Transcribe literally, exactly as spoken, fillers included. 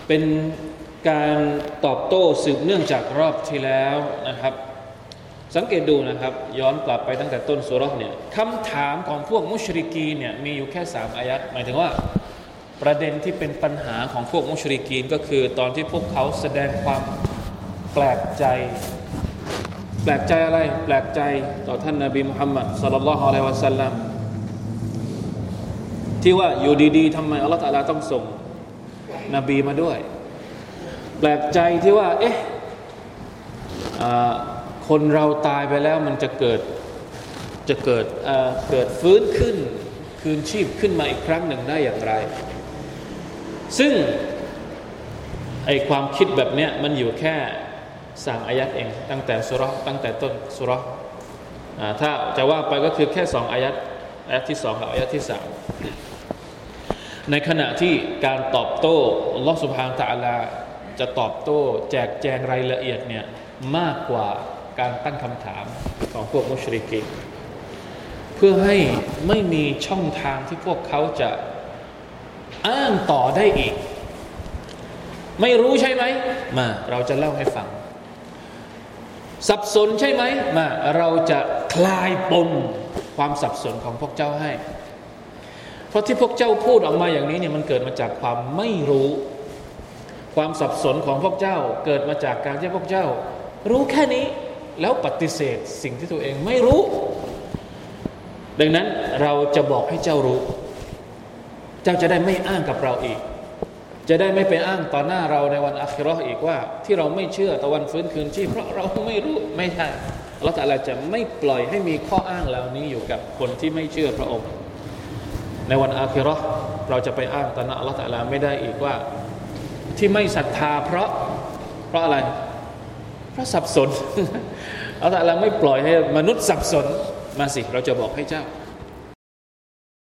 เป็นการตอบโต้สืบเนื่องจากรอบที่แล้วนะครับสังเกตดูนะครับย้อนกลับไปตั้งแต่ต้นซูเราะห์เนี่ยคำถามของพวกมุชริกีนเนี่ยมีอยู่แค่สามอายัดหมายถึงว่าประเด็นที่เป็นปัญหาของพวกมุชริกีนก็คือตอนที่พวกเขาแสดงความแปลกใจแปลกใจอะไรแปลกใจต่อท่านนบีมุฮัมมัดศ็อลลัลลอฮุอะลัยฮิวะซัลลัมที่ว่าอยู่ดีๆทำไมอัลเลาะห์ตะอาลาต้องส่งนบีมาด้วยแปลกใจที่ว่าเอ๊ะคนเราตายไปแล้วมันจะเกิดจะเกิดเอ่อเกิดฟื้นขึ้นคืนชีพขึ้นมาอีกครั้งหนึ่งได้อย่างไรซึ่งไอความคิดแบบเนี้ยมันอยู่แค่สามอายัดเองตั้งแต่ซูเราะห์ตั้งแต่ต้นซูเราะห์อ่าถ้าจะว่าไปก็คือแค่สองอายัดอายัดที่สองกับอายัดที่สามในขณะที่การตอบโต้อัลเลาะห์ซุบฮานะฮูวะตะอาลาจะตอบโต้แจกแจงรายละเอียดเนี่ยมากกว่าการตั้งคำถามของพวกมุชริกีนเพื่อให้ไม่มีช่องทางที่พวกเขาจะอ้างต่อได้อีกไม่รู้ใช่ไหมมาเราจะเล่าให้ฟังสับสนใช่ไหมมาเราจะคลายปมความสับสนของพวกเจ้าให้เพราะที่พวกเจ้าพูดออกมาอย่างนี้เนี่ยมันเกิดมาจากความไม่รู้ความสับสนของพวกเจ้าเกิดมาจากการที่พวกเจ้ารู้แค่นี้แล้วปฏิเสธสิ่งที่ตัวเองไม่รู้ดังนั้นเราจะบอกให้เจ้ารู้เจ้าจะได้ไม่อ้างกับเราอีกจะได้ไม่ไปอ้างต่อหน้าเราในวันอาคิเราะห์อีกว่าที่เราไม่เชื่อต่อวันฟื้นคืนชีพเพราะเราไม่รู้ไม่ใช่อัลเลาะห์ตะอาลาจะไม่ปล่อยให้มีข้ออ้างเหล่านี้อยู่กับคนที่ไม่เชื่อพระองค์ในวันอาคิเราะห์เราจะไปอ้างต่อหน้าอัลเลาะห์ตะอาลาไม่ได้อีกว่าที่ไม่ศรัทธาเพราะเพราะอะไรเพราะสับสนอัลเลาะห์ตะอาลาไม่ปล่อยให้มนุษย์สับสนมาสิเราจะบอกให้เจ้า